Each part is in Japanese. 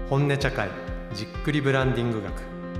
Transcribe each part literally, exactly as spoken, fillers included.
本音茶会じっくりブランディング学。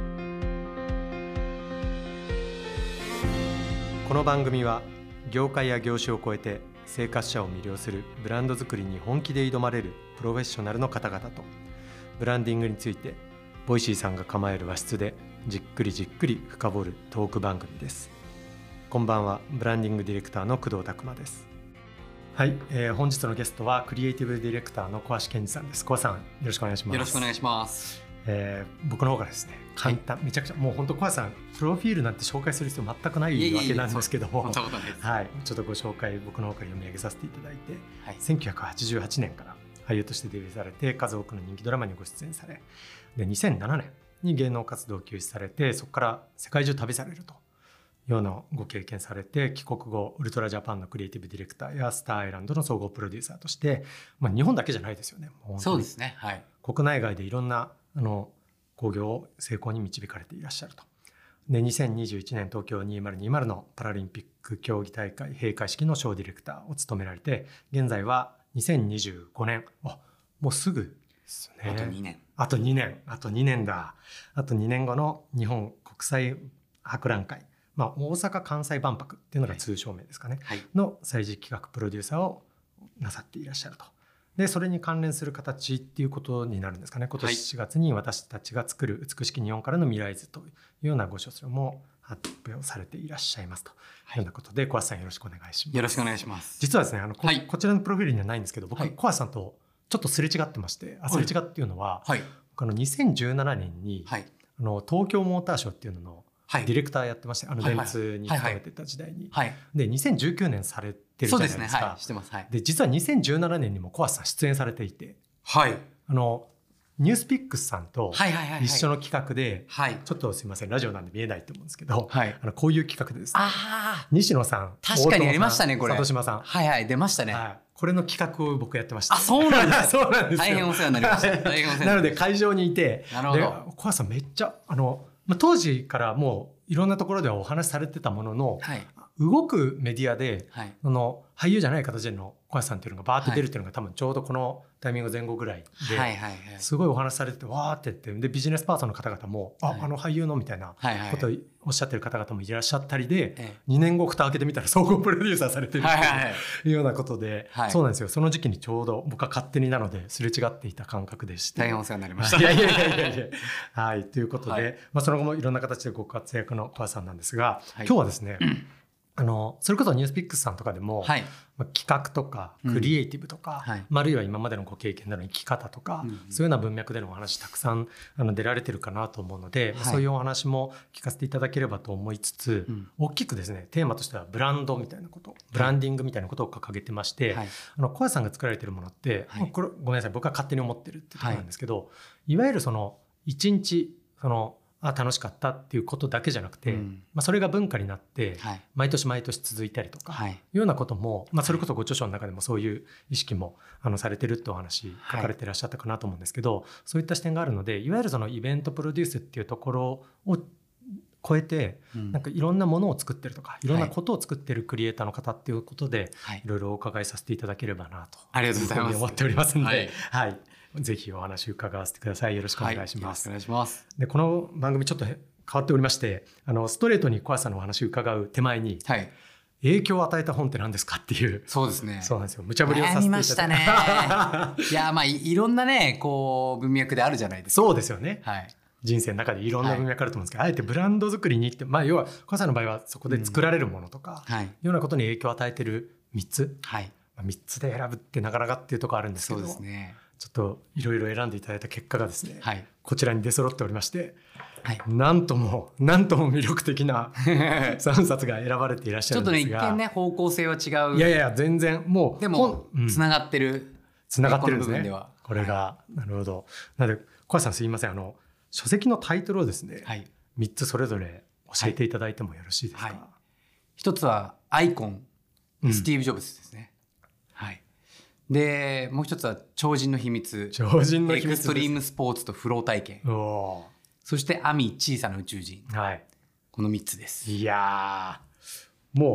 この番組は業界や業種を超えて生活者を魅了するブランド作りに本気で挑まれるプロフェッショナルの方々と、ブランディングについてボイシーさんが構える和室でじっくりじっくり深掘るトーク番組です。こんばんは、ブランディングディレクターの工藤拓馬です。はい、えー、本日のゲストはクリエイティブディレクターの小橋健二さんです。小橋さん、よろしくお願いします。 よろしくお願いします。 えー、僕の方からですね、簡単、はい、めちゃくちゃもう本当小橋さんプロフィールなんて紹介する必要全くないわけなんですけども、はい、ちょっとご紹介僕の方から読み上げさせていただいて、はい、せんきゅうひゃくはちじゅうはちねんから俳優としてデビューされて、数多くの人気ドラマにご出演され、でにせんななねんに芸能活動を休止されて、そこから世界中旅されるとようなご経験されて、帰国後ウルトラジャパンのクリエイティブディレクターやスターアイランドの総合プロデューサーとして、まあ、日本だけじゃないですよね。もうそうですね、はい、 国内外でいろんなあの興行を成功に導かれていらっしゃると。でにせんにじゅういちねん東京にせんにじゅうのパラリンピック競技大会閉会式のショーディレクターを務められて、現在はにせんにじゅうごねん、あ、もうすぐですね。 あとにねんあとにねんあとにねんだあとにねんごの日本国際博覧会、まあ、大阪・関西万博っていうのが通称名ですかね、はい、の催事企画プロデューサーをなさっていらっしゃると。でそれに関連する形っていうことになるんですかね。今年しがつに私たちが作る美しき日本からの未来図というようなご書書も発表されていらっしゃいますというようなことで、小橋さんよろしくお願いします。 よろしくお願いします。 実はですね、あの こ,、はい、こちらのプロフィールにはないんですけど、僕、はい、小橋さんとちょっとすれ違ってまして、あすれ違っていうのは、はい、あのにせんじゅうななねんに、はい、あの東京モーターショーっていうののディレクターやってまして、はい、あの電通に勤めてた時代に、はいはい、でにせんじゅうきゅうねんされてるじゃないですか。そうですね、はい、してます、はい、で実はにせんじゅうななねんにも小橋さん出演されていて、はい、あのニュースピックスさんと一緒の企画で、はいはいはいはい、ちょっとすいませんラジオなんで見えないと思うんですけど、はい、あのこういう企画でですね、あ西野さん、 確かにやりましたね、これ里島さん、 はいはい、出ましたね、はい、 これの企画を僕やってました。 あ、そうなんですそうなんですよ。 大変お世話になりました。大変お世話になりました。 なので会場にいて、 なるほど、 で小橋さんめっちゃあの、まあ、当時からもういろんなところではお話しされてたものの、はい、動くメディアで、はい、あの俳優じゃない形での小橋さんっていうのがバーって出るっていうのが、はい、多分ちょうどこのタイミング前後ぐらいで、はいはいはい、すごいお話しされててわーって言って、でビジネスパーソンの方々も、はい、あ, あの俳優のみたいなことをおっしゃってる方々もいらっしゃったりで、はいはい、にねんご蓋開けてみたら総合プロデューサーされてるっていう、はいはいはい、ようなことで、はい、そうなんですよ。その時期にちょうど僕は勝手になのですれ違っていた感覚でして、 大変お世話になりました。 いやいやいやいやいやはい、ということで、はい、まあ、その後もいろんな形でご活躍の小橋さんなんですが、はい、今日はですね、うんあのそれこそニュースピックスさんとかでも、はいまあ、企画とかクリエイティブとか、うんはいまあ、あるいは今までのご経験での生き方とか、うん、そういうような文脈でのお話たくさんあの出られてるかなと思うので、はい、そういうお話も聞かせていただければと思いつつ、うん、大きくですねテーマとしてはブランドみたいなこと、ブランディングみたいなことを掲げてまして、はい、あの小橋さんが作られているものって、はい、これごめんなさい僕は勝手に思ってるっていうところなんですけど、はい、いわゆるその一日そのあ楽しかったっていうことだけじゃなくて、うんまあ、それが文化になって、はい、毎年毎年続いたりとか、はい、いうようなことも、まあ、それこそご著書の中でもそういう意識もあのされてるってお話書かれていらっしゃったかなと思うんですけど、はい、そういった視点があるので、いわゆるそのイベントプロデュースっていうところを超えて、うん、なんかいろんなものを作ってるとかいろんなことを作ってるクリエイターの方っていうことで、はい、いろいろお伺いさせていただければなと、 ありがとうございます、 思っておりますので、はいはいぜひお話伺わせてください。よろしくお願いします。 はい、よろしくお願いします。 でこの番組ちょっと変わっておりまして、あのストレートに小橋さんのお話を伺う手前に、はい、影響を与えた本って何ですかっていう。 そうですね。 そうなんですよ。無茶ぶりをさせていただきましたね。いやまあ い, いろんなねこう文脈であるじゃないですか。 そうですよね。はい。人生の中でいろんな文脈あると思うんですけど、はい、あえてブランド作りにって、まあ、要は小橋さんの場合はそこで作られるものとか、うんはい、いうようなことに影響を与えているみっつ、はいまあ、みっつで選ぶってなかなかっていうところあるんですけど、そうですね。ちょっといろいろ選んでいただいた結果がですね、はい、こちらに出揃っておりまして、はい、なんともなんとも魅力的なさんさつが選ばれていらっしゃるんですが、 ちょっとね一見ね方向性は違う。 いやいや全然もうでもつながってる、 つながってるんですね。これが、はい、なるほど。なので小橋さんすいません、あの書籍のタイトルをですね、はい、みっつそれぞれ教えていただいてもよろしいですか。はいはい、 一つはアイコン、スティーブ・ジョブズですね。うん、はい。でもう一つは超人の秘密、 超人の秘密エクストリームスポーツとフロー体験、おそしてアミ小さな宇宙人、はい、このみっつです。 いやもう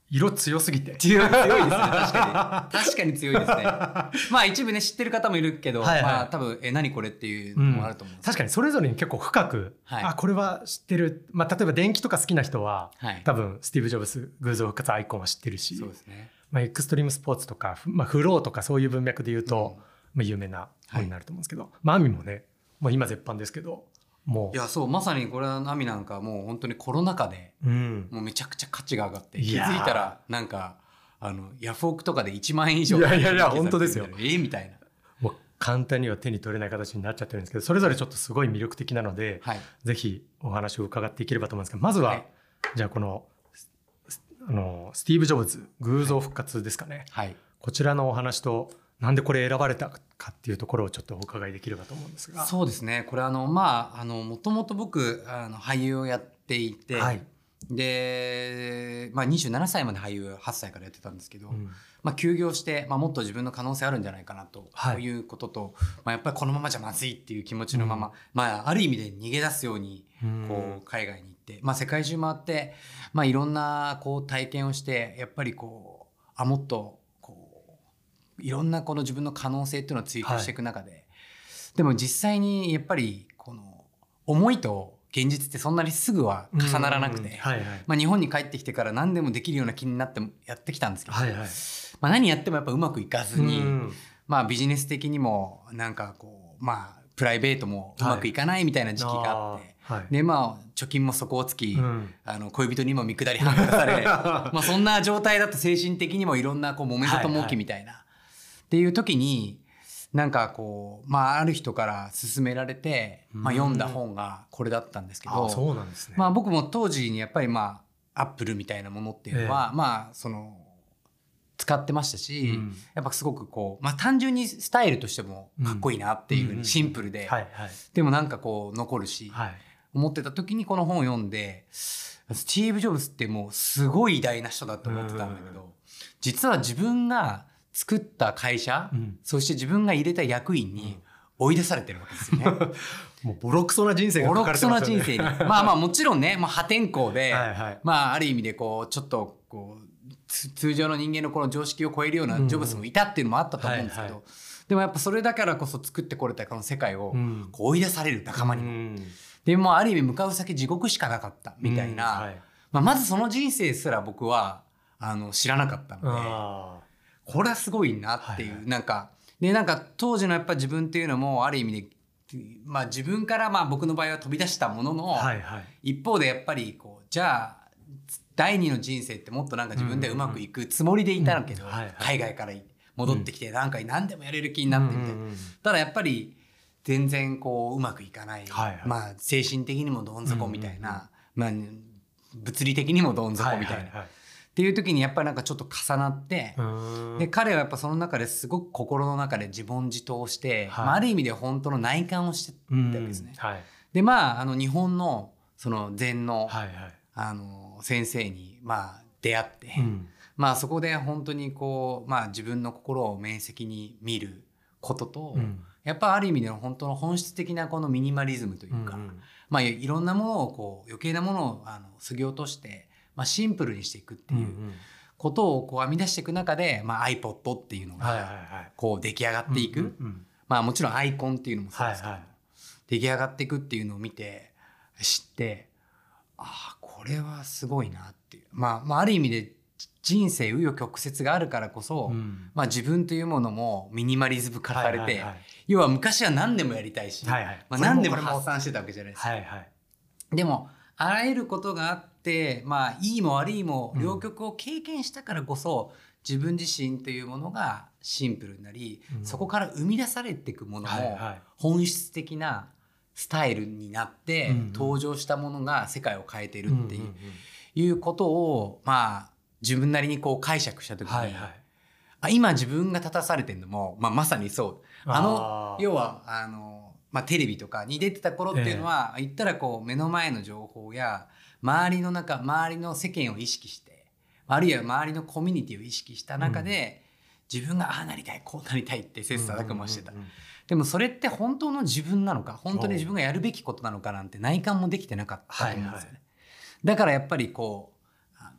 色強すぎて強い強いですね。確かに確かに強いですね。まあ一部ね知ってる方もいるけど、はいはい、まあ多分え何これっていうのもあると思うんです、 うん、確かにそれぞれに結構深く、はい、あこれは知ってる、まあ、例えば電気とか好きな人は、はい、多分スティーブ・ジョブズ偶像復活アイコンは知ってるし、 そうですね、 まあ、エクストリームスポーツとか、まあ、フローとかそういう文脈で言うと、うんまあ、有名な本になると思うんですけど、はい、まあアミもねもう今絶版ですけどもういやそうまさにこれはアミなんかもう本当にコロナ禍で、うん、もうめちゃくちゃ価値が上がって気づいたらなんかあのヤフオクとかでいちまんえん以上いやいやいや本当ですよえー、みたいなもう簡単には手に取れない形になっちゃってるんですけどそれぞれちょっとすごい魅力的なので、はい、ぜひお話を伺っていければと思うんですけどまずは、はい、じゃあこのあのスティーブ・ジョブズ偶像復活ですかね、はい、こちらのお話となんでこれ選ばれたかっていうところをちょっとお伺いできればと思うんですが。 そうですねこれあのまああのもともと僕あの俳優をやっていて、はい、で、まあ、にじゅうななさいまで俳優はっさいからやってたんですけど、うんまあ、休業して、まあ、もっと自分の可能性あるんじゃないかなと、はい、いうことと、まあ、やっぱりこのままじゃまずいっていう気持ちのまま、うんまあ、ある意味で逃げ出すようにこう海外に行って、まあ、世界中回って、まあ、いろんなこう体験をしてやっぱりこうあもっといろんなこの自分の可能性っていうのを追求していく中で、はい、でも実際にやっぱりこの思いと現実ってそんなにすぐは重ならなくて、はいはいまあ、日本に帰ってきてから何でもできるような気になってやってきたんですけど、はいはいまあ、何やってもやっぱうまくいかずに、まあ、ビジネス的にもなんかこうまあプライベートもうまくいかないみたいな時期があって、はい、でまあ貯金も底をつき、うん、あの恋人にも見下り反対されまあそんな状態だと精神的にもいろんなこう揉め事も起きみたいな、はいはいっていう時になんかこう、まあ、ある人から勧められて、まあ、読んだ本がこれだったんですけど、 あ、そうなんですね。 まあ、僕も当時にやっぱりまあアップルみたいなものっていうのは、えー、まあその使ってましたし、うん、やっぱすごくこう、まあ、単純にスタイルとしてもかっこいいなっていうふうにシンプルで、でもなんかこう残るし、はい、思ってた時にこの本を読んでスティーブ・ジョブズってもうすごい偉大な人だと思ってたんだけど、実は自分が作った会社、うん、そして自分が入れた役員に追い出されてるわけですよね。 もうボロクソな人生が書かれてますよね。 ボロクソな人生にまあまあもちろんね、まあ、破天荒ではい、はい、まあある意味でこうちょっとこう通常の人間のこの常識を超えるようなジョブズもいたっていうのもあったと思うんですけど、うんはいはい、でもやっぱそれだからこそ作ってこれたこの世界をこう追い出される仲間にも、うん、でもある意味向かう先地獄しかなかったみたいな、うんはいまあ、まずその人生すら僕はあの知らなかったので。これはすごいなっていう、はいはい、なんかでなんか当時のやっぱ自分っていうのもある意味で、まあ、自分からまあ僕の場合は飛び出したものの、はいはい、一方でやっぱりこうじゃあ第二の人生ってもっとなんか自分でうまくいくつもりでいたけど、うんうんはいはい、海外から戻ってきてなんか何でもやれる気になってみて、うんうんうん、ただやっぱり全然こううまくいかない、はいはいまあ、精神的にもどん底みたいな、うんうんうんまあ、物理的にもどん底みたいな。はいはいはいっていう時にやっぱりなんかちょっと重なってで彼はやっぱその中ですごく心の中で自問自答して、はいまあ、ある意味で本当の内観をしてたわけですね。はい、でまああの日本のその禅の、はいはい、あの先生にまあ出会って、うん、まあそこで本当にこう、まあ、自分の心を明晰に見ることと、うん、やっぱある意味での本当の本質的なこのミニマリズムというか、うんうんまあ、いろんなものをこう余計なものをあの削ぎ落としてまあ、シンプルにしていくっていうことをこう編み出していく中で、まあ、iPod っていうのがこう出来上がっていく、まあ、もちろんアイコンっていうのもそうですけど、出来上がっていくっていうのを見て知ってああこれはすごいなっていう、まあ、まあある意味で人生紆余曲折があるからこそ、うんまあ、自分というものもミニマリズム化されて、はいはいはい、要は昔は何でもやりたいし、はいはいまあ、何でも発散してたわけじゃないですか、はいはい、でもあらゆることがあってまあいいも悪いも両極を経験したからこそ、うん、自分自身というものがシンプルになり、うん、そこから生み出されていくものも本質的なスタイルになって登場したものが世界を変えているっていう、うんうんうん、いうことをまあ自分なりにこう解釈した時に、はいはい、あ今自分が立たされてるのも、まあ、まさにそうあの要はあのまあ、テレビとかに出てた頃っていうのは、えー、言ったらこう目の前の情報や周りの中周りの世間を意識してあるいは周りのコミュニティを意識した中で、うん、自分がああなりたいこうなりたいって切磋琢磨してた、うんうんうんうん、でもそれって本当の自分なのか本当に自分がやるべきことなのかなんて内観もできてなかったと思うんですよね、はいはい、だからやっぱりこうあの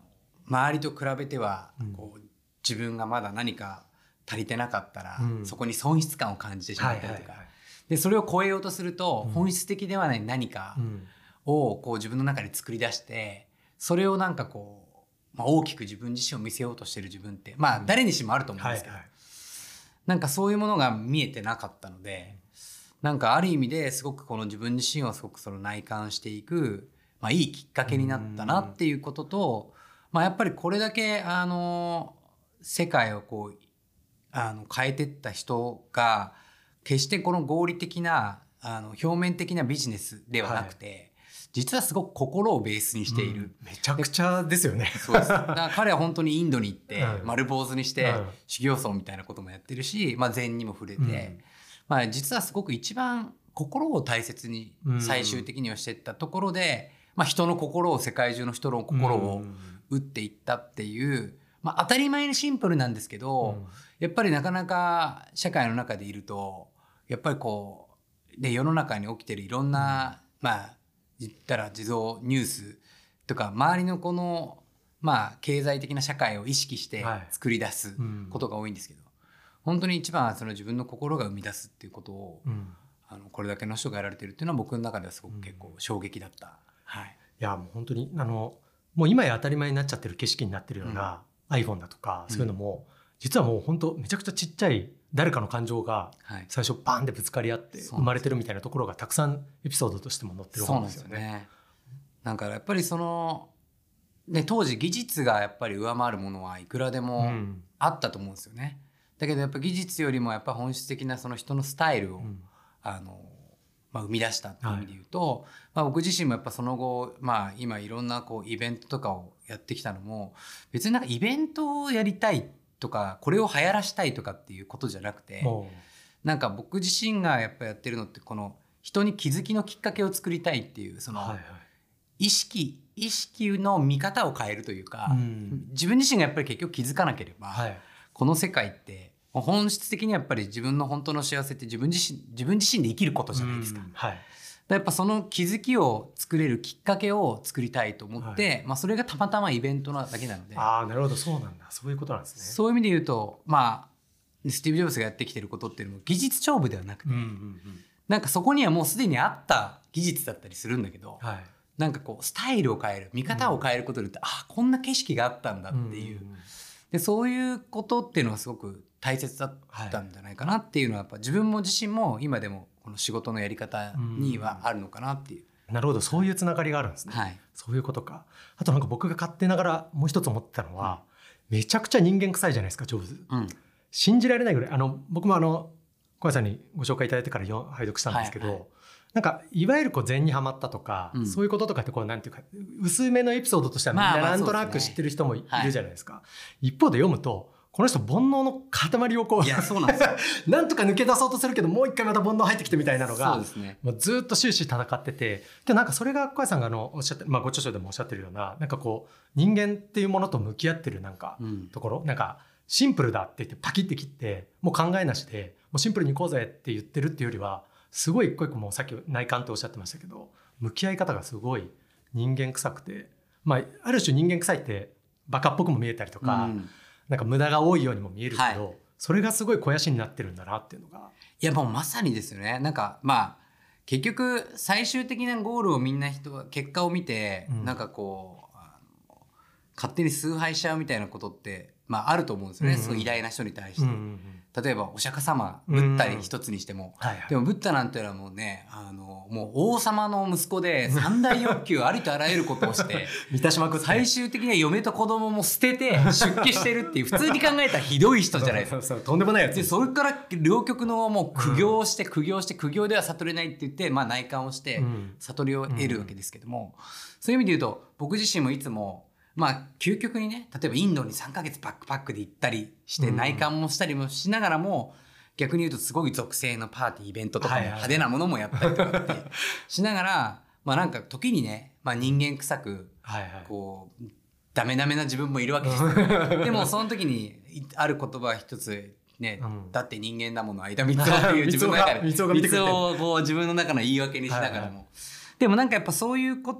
周りと比べてはこう自分がまだ何か足りてなかったら、うん、そこに損失感を感じてしまったりとか、はいはいはい、でそれを超えようとすると、本質的ではない何かをこう自分の中で作り出して、それをなんかこう、まあ、大きく自分自身を見せようとしてる自分ってまあ誰にしもあると思うんですけど、はいはい、なんかそういうものが見えてなかったので、なんかある意味ですごくこの自分自身をすごくその内観していく、まあ、いいきっかけになったなっていうことと、まあ、やっぱりこれだけあの世界をこうあの変えていった人が決してこの合理的なあの表面的なビジネスではなくて、はい、実はすごく心をベースにしている、うん、 めちゃくちゃですよね。 そうです。だから彼は本当にインドに行って丸坊主にして修行僧みたいなこともやってるし、まあ、禅にも触れて、うん、まあ、実はすごく一番心を大切に最終的にはしていったところで、まあ、人の心を世界中の人の心を打っていったっていう、まあ、当たり前にシンプルなんですけど、うん、やっぱりなかなか社会の中でいるとやっぱりこうで世の中に起きてるいろんな、うん、まあ言ったら自動ニュースとか周りのこのまあ経済的な社会を意識して作り出すことが多いんですけど、はい、うん、本当に一番はその自分の心が生み出すっていうことを、うん、あのこれだけの人がやられてるっていうのは僕の中ではすごく結構衝撃だった、うん、はい、 いやもう本当にあのもう今や当たり前になっちゃってる景色になってるような、うん、iPhone だとかそういうのも、うん、実はもう本当めちゃくちゃちっちゃい誰かの感情が最初バーンってぶつかり合って生まれてるみたいなところがたくさんエピソードとしても載ってる本ですよね。そうなんですよね。 なんかやっぱりその、ね、当時技術がやっぱり上回るものはいくらでもあったと思うんですよね、うん、だけどやっぱ技術よりもやっぱ本質的なその人のスタイルを、うん、あのまあ、生み出したっていう意味で言うと、はい、まあ、僕自身もやっぱその後、まあ、今いろんなこうイベントとかをやってきたのも別になんかイベントをやりたいとかこれを流行らしたいとかっていうことじゃなくて、なんか僕自身がやっぱやってるのってこの人に気づきのきっかけを作りたいっていうその意識意識の見方を変えるというか、うん、自分自身がやっぱり結局気づかなければ、はい、この世界って本質的にやっぱり自分の本当の幸せって自分自身自分自身で生きることじゃないですか、うん、はい、やっぱその気づきを作れるきっかけを作りたいと思って、はい、まあ、それがたまたまイベントなだけなので、 ああなるほど、そうなんだ、そういうことなんですね。 そういう意味で言うと、まあ、スティーブ・ジョブズがやってきてることっていうのも技術勝負ではなくて、うんうんうん、なんかそこにはもうすでにあった技術だったりするんだけど、はい、なんかこうスタイルを変える見方を変えることによって、うん、あこんな景色があったんだっていう、うんうんうん、でそういうことっていうのはすごく大切だったんじゃないかなっていうのはやっぱ自分も自身も今でもこの仕事のやり方にはあるのかなっていう、 うん、なるほど、そういうつながりがあるんですね、はい、そういうことか。あとなんか僕が勝手ながらもう一つ思ってたのは、うん、めちゃくちゃ人間臭いじゃないですかジョブズ、うん、信じられないぐらい。あの僕もあの小谷さんにご紹介いただいてから拝読したんですけど、はいはい、なんかいわゆるこう禅にはまったとか、うん、そういうこととかってこうなんていうか薄めのエピソードとしてはみんななんとなく知ってる人もいるじゃないですか、まあまあそうですね、はい、一方で読むとこの人煩悩の塊をこういやそうなんですよなんとか抜け出そうとするけどもう一回また煩悩入ってきてみたいなのがそうですね、もうずっと終始戦ってて、でなんかそれが小谷さんがあのおっしゃって、まあ、ご著書でもおっしゃってるようななんかこう人間っていうものと向き合ってるなんかところ、うん、なんかシンプルだって言ってパキッて切ってもう考えなしでもうシンプルにいこうぜって言ってるっていうよりはすごい一個一個もうさっき内観っておっしゃってましたけど向き合い方がすごい人間臭くて、まあ、ある種人間臭いってバカっぽくも見えたりとか、うん、なんか無駄が多いようにも見えるけど、はい、それがすごい肥やしになってるんだなっていうのが。 いやもうまさにですよね。なんかまあ結局最終的なゴールをみんな人は結果を見て、うん、なんかこうあの勝手に崇拝しちゃうみたいなことって、まあ、あると思うんですよね、うんうん、すごい偉大な人に対して、うんうんうん、例えばお釈迦様ブッダに一つにしても、うんうんはいはい、でもブッダなんていうのはもうねあのもう王様の息子で三大欲求ありとあらゆることをして満たしまくって最終的には嫁と子供も捨てて出家してるっていう普通に考えたらひどい人じゃないですかそうそうそうとんでもないやつでそれから両極のもう苦行して苦行して苦行では悟れないって言って、まあ、内観をして悟りを得るわけですけども、うん、そういう意味で言うと僕自身もいつもまあ究極にね例えばインドにさんかげつバックパックで行ったりして内観もしたりもしながらも、うん逆に言うとすごい属性のパーティーイベントとかも派手なものもやったりとかってしながらまあなんか時にね、まあ、人間臭くこうダメダメな自分もいるわけですでもその時にある言葉一つね、うん、だって人間だもの間三つっていう自分の中で三つをこう自分の中の言い訳にしながらも、はいはい、でもなんかやっぱそういうこと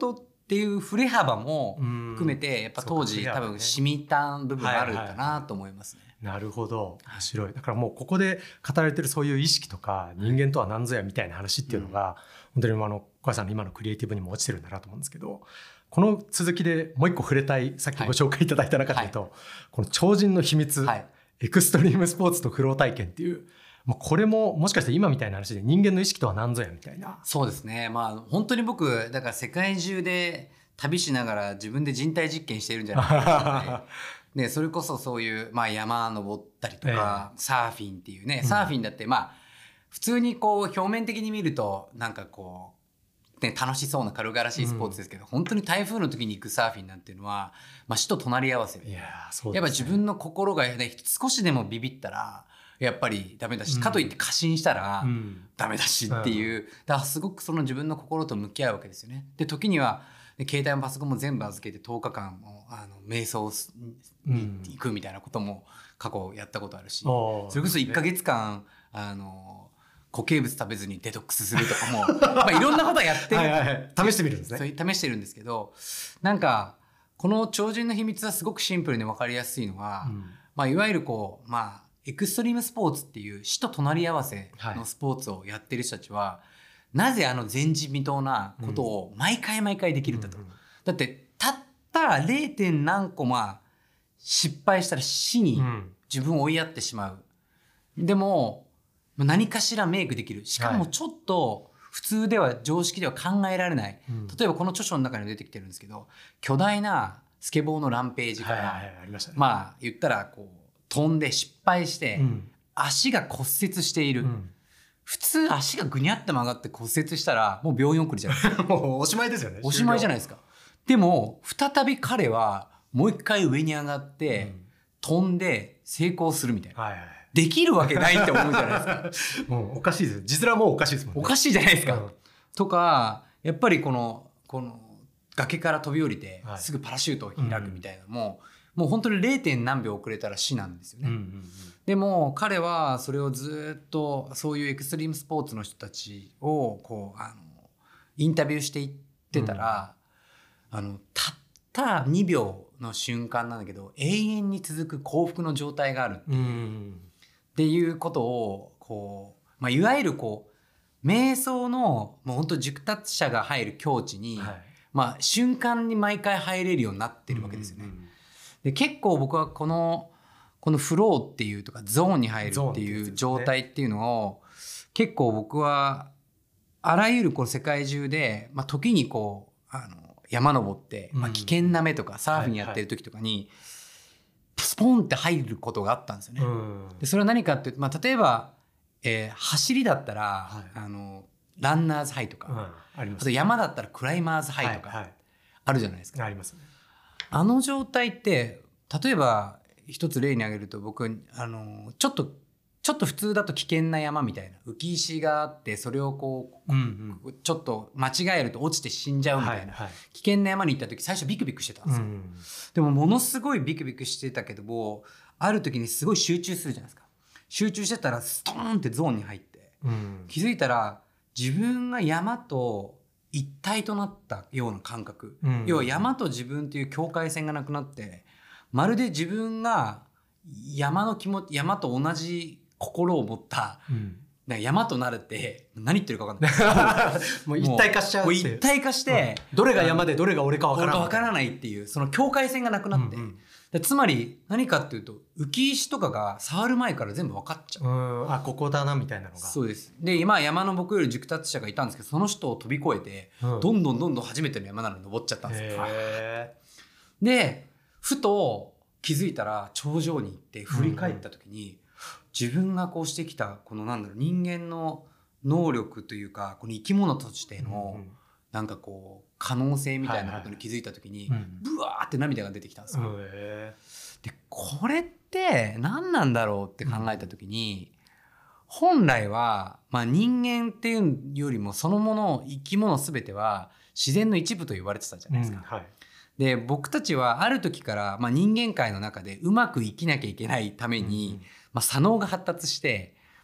っていう振れ幅も含めてやっぱ当時多分染みた部分があるかなと思いますね。 なるほど、面白い。だからもうここで語られてるそういう意識とか人間とは何ぞやみたいな話っていうのが、うん、本当にあの小林さんの今のクリエイティブにも落ちてるんだなと思うんですけど、この続きでもう一個触れたい、さっきご紹介いただいた中で言うと、はい、この超人の秘密、はい、エクストリームスポーツとフロー体験っていう、もうこれももしかして今みたいな話で人間の意識とは何ぞやみたいな。 そうですね、まあ本当に僕だから世界中で旅しながら自分で人体実験しているんじゃないかなってでそれこそそういう、まあ、山登ったりとか、えー、サーフィンっていうね、サーフィンだってまあ普通にこう表面的に見るとなんかこう、ね、楽しそうな軽々しいスポーツですけど、うん、本当に台風の時に行くサーフィンなんていうのは、まあ、死と隣り合わせで、いやそうですね、やっぱ自分の心が、ね、少しでもビビったらやっぱりダメだし、うん、かといって過信したらダメだしっていう、うん、だからすごくその自分の心と向き合うわけですよね。で時にはで携帯もパソコンも全部預けてとおかかんもあの瞑想に行くみたいなことも過去やったことあるし、うん、それこそいっかげつかんあの固形物食べずにデトックスするとかもまあいろんなことはやってるはい、はい、試してみるんですね。 そう試してるんですけど、なんかこの超人の秘密はすごくシンプルに分かりやすいのは、うんまあ、いわゆるこうまあエクストリームスポーツっていう死と隣り合わせのスポーツをやってる人たちは、はい、なぜあの前人未到なことを毎回毎回できるんだと、うん、だってたった ゼロ. 点何個ま失敗したら死に自分を追いやってしまう、うん、でも何かしらメイクできる、しかもちょっと普通では常識では考えられない、はい、例えばこの著書の中にも出てきてるんですけど、巨大なスケボーのランページから、はいはいはい、ありましたね、まあ言ったらこう飛んで失敗して、うん、足が骨折している、うん、普通足がぐにゃって曲がって骨折したらもう病院送りじゃないですかもうおしまいですよね。 おしまいじゃないですか。でも再び彼はもう一回上に上がって、うん、飛んで成功するみたいな、はいはい、できるわけないって思うじゃないですかもうおかしいです。実はもうおかしいですもんね。 おかしいじゃないですか、うん、とかやっぱりこのこの崖から飛び降りて、はい、すぐパラシュートを開くみたいなのも、うんもう本当に ゼロ. 点何秒遅れたら死なんですよね、うんうんうん、でも彼はそれをずっとそういうエクストリームスポーツの人たちをこうあのインタビューしていってたら、うん、あのたったにびょうの瞬間なんだけど永遠に続く幸福の状態があるっていう、うん、っていうことをこう、まあ、いわゆるこう瞑想のもう本当熟達者が入る境地に、はいまあ、瞬間に毎回入れるようになってるわけですよね、うんうんで結構僕はこのこのフローっていうとかゾーンに入るっていう状態っていうのを結構僕はあらゆるこの世界中で、まあ、時にこうあの山登って、まあ、危険な目とかサーフィンやってる時とかにスポンって入ることがあったんですよね。でそれは何かっていうと、まあ、例えば、えー、走りだったら、はい、あのランナーズハイとか、うん、ありますね、あと山だったらクライマーズハイとかあるじゃないですか。 ありますね。 あの状態って例えば一つ例に挙げると僕あのちょっとちょっと普通だと危険な山みたいな浮き石があってそれをこう、うんうん、ちょっと間違えると落ちて死んじゃうみたいな、はいはい、危険な山に行った時最初ビクビクしてたんですよ、うんうん、でもものすごいビクビクしてたけどもある時にすごい集中するじゃないですか。集中してたらストーンってゾーンに入って、うん、気づいたら自分が山と一体となったような感覚、うん、要は山と自分という境界線がなくなってまるで自分が山の気持ち山と同じ心を持った、うん、山となるって何言ってるか分かんないもう一体化しちゃうっていう、 もう一体化して、 うん、どれが山でどれが俺か分からない分からないっていうその境界線がなくなって、うんうん、でつまり何かっていうと浮き石とかが触る前から全部分かっちゃう。 うんあここだなみたいなのが。 そうです。で今山の僕より熟達者がいたんですけどその人を飛び越えて、うん、どんどんどんどん初めての山なのに登っちゃったんですよ。でふと気づいたら頂上に行って振り返った時に、うんうん、自分がこうしてきたこのなんだろう人間の能力というかこの生き物としての、うんうん、なんかこう可能性みたいなことに気づいた時に、はいはい、ブワーって涙が出てきたんですよ、うん、でこれって何なんだろうって考えた時に、うん、本来は、まあ、人間っていうよりもそのもの生き物全ては自然の一部と言われてたじゃないですか、うんはい、で僕たちはある時から、まあ、人間界の中でうまく生きなきゃいけないために、うんうんまあ、左脳が発達して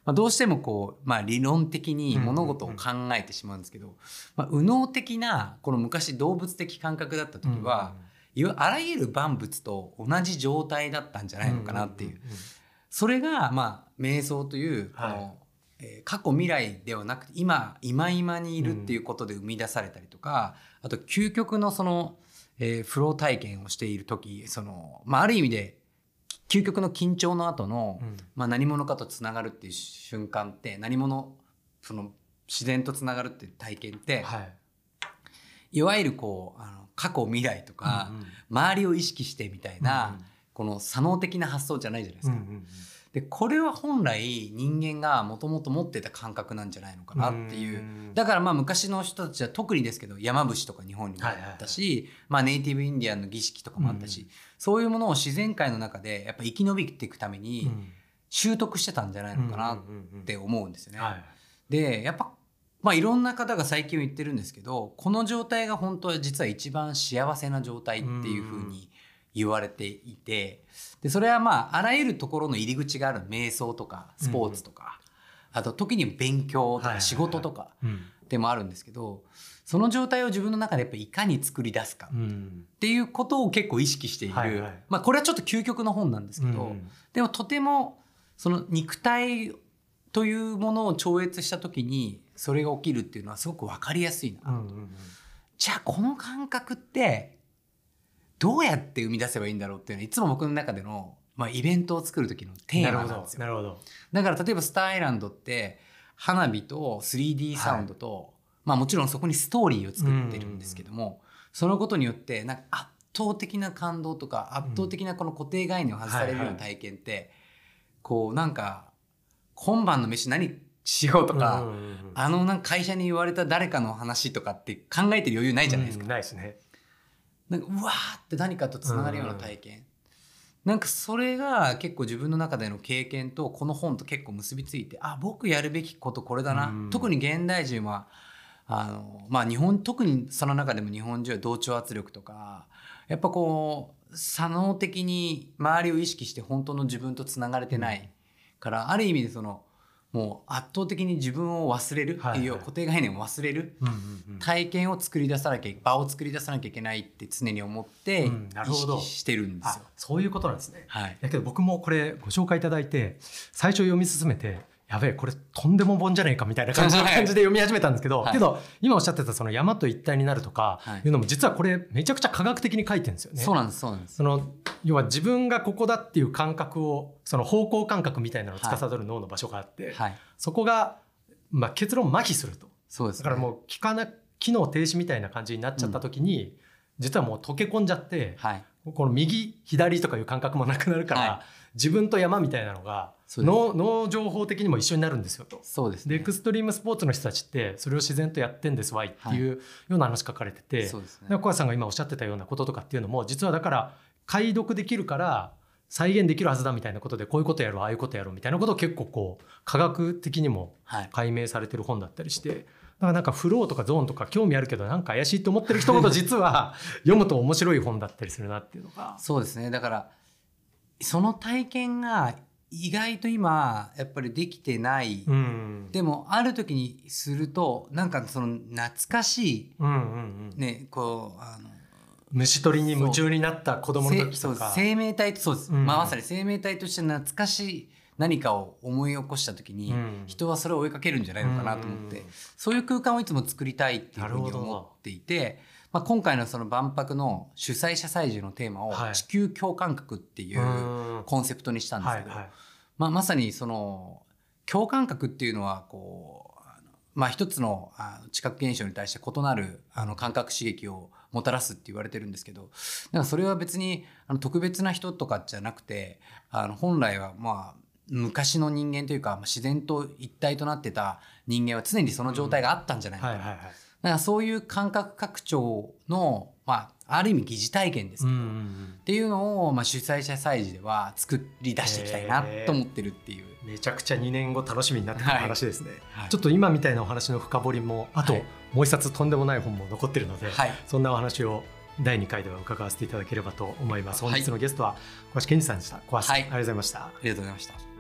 まあ、どうしてもこう、まあ、理論的に物事を考えてしまうんですけど、まあ、右脳的なこの昔動物的感覚だった時は、いわあらゆる万物と同じ状態だったんじゃないのかなっていう、それがまあ瞑想というこの、はい、えー、過去未来ではなくて今今今にいるっていうことで生み出されたりとか、あと究極のその、えー、フロー体験をしている時、その、まあ、ある意味で究極の緊張の後の、うん、まあ、何者かとつながるっていう瞬間って、何者その自然とつながるっていう体験って、はい、いわゆるこうあの過去未来とか、うんうん、周りを意識してみたいな、うんうん、この左脳的な発想じゃないじゃないですか、うんうんうん、でこれは本来人間がもともと持ってた感覚なんじゃないのかなっていう、うだからまあ昔の人たちは特にですけど山伏とか日本にもあったし、はいはいはい、まあ、ネイティブインディアンの儀式とかもあったし、うん、そういうものを自然界の中でやっぱ生き延びていくために習得してたんじゃないのかなって思うんですよね、うんうんうんうん、でやっぱまあいろんな方が最近は言ってるんですけど、この状態が本当は実は一番幸せな状態っていうふうに言われていて、でそれはまああらゆるところの入り口がある、瞑想とかスポーツとか、うん、あと時に勉強とか仕事とかでもあるんですけど、その状態を自分の中でやっぱりいかに作り出すかっていうことを結構意識している、はいはい、まあこれはちょっと究極の本なんですけど、うん、でもとてもその肉体というものを超越した時にそれが起きるっていうのはすごく分かりやすいな、うんうんうん、じゃあこの感覚ってどうやって生み出せばいいんだろうっていうのはいつも僕の中での、まあ、イベントを作る時のテーマなんですよ。なるほど。だから例えばスターアイランドって花火と スリーディー サウンドと、はい、まあ、もちろんそこにストーリーを作ってるんですけども、うんうんうん、そのことによってなんか圧倒的な感動とか圧倒的なこの固定概念を外されるような体験って、うんはいはい、こうなんか今晩の飯何しようとか、うんうんうん、あのなんか会社に言われた誰かの話とかって考えてる余裕ないじゃないですか、 うん、ないですね。 なんかうわーって何かとつながるような体験、うん、なんかそれが結構自分の中での経験とこの本と結構結びついて、あ僕やるべきことこれだな、うん、特に現代人はあの、まあ、日本特にその中でも日本人は同調圧力とかやっぱこう左脳的に周りを意識して本当の自分とつながれてないから、ある意味でそのもう圧倒的に自分を忘れる、はいはい、固定概念を忘れる、うんうんうん、体験を作り出さなきゃ場を作り出さなきゃいけないって常に思って意識してるんですよ、うん、 そういうことなんですね、はい、だけど僕もこれご紹介いただいて最初読み進めてやべえこれとんでも本じゃねえかみたいな感じの感じで読み始めたんですけど、はい、けど今おっしゃってたその山と一体になるとかいうのも実はこれめちゃくちゃ科学的に書いてるんですよね。 そうなんですそうなんです。 その要は自分がここだっていう感覚をその方向感覚みたいなのを司る脳の場所があって、はい、そこが、まあ、結論麻痺すると。そうですね、だからもう機かな機能停止みたいな感じになっちゃった時に、うん、実はもう溶け込んじゃって、はい、この右左とかいう感覚もなくなるから、はい、自分と山みたいなのが脳、脳情報的にも一緒になるんですよと。そうですね、でエクストリームスポーツの人たちってそれを自然とやってんですわいっていうような話書かれてて、そうですね、小橋さんが今おっしゃってたようなこととかっていうのも実はだから解読できるから再現できるはずだみたいなことでこういうことやろうああいうことやろうみたいなことを結構こう科学的にも解明されてる本だったりして、はい、だからなんかフローとかゾーンとか興味あるけどなんか怪しいと思ってる人ほど実は読むと面白い本だったりするなっていうのがそうですね。だからその体験が意外と今やっぱりできてない、うん、でもある時にするとなんかその懐かしい、うんうんうん、ねこうあの虫取りに夢中になった子供の時とか生命体そうです、うん、まあ、まさに生命体として懐かしい何かを思い起こした時に、うん、人はそれを追いかけるんじゃないのかなと思って、うん、そういう空間をいつも作りたいっていうふうに思っていて、まあ、今回のその万博の主催者祭事のテーマを地球共感覚っていうコンセプトにしたんですけど、はいはい、まあ、まさにその共感覚っていうのはこう、まあ、一つの知覚現象に対して異なるあの感覚刺激をもたらすって言われてるんですけど、なんかそれは別にあの特別な人とかじゃなくてあの本来はまあ昔の人間というか自然と一体となってた人間は常にその状態があったんじゃないかな、うん、はいはいはい、だからそういう感覚拡張の、まあ、ある意味疑似体験ですけど、うんうんうん、っていうのを、まあ、主催者祭事では作り出していきたいなと思ってるっていう、 めちゃくちゃにねんご楽しみになってくる話ですね、はいはい、ちょっと今みたいなお話の深掘りもあと、はい、もう一冊とんでもない本も残ってるので、はい、そんなお話をだいにかいでは伺わせていただければと思います。本日のゲストは小橋健二さんでした。小橋さん、はい、ありがとうございました。 ありがとうございました。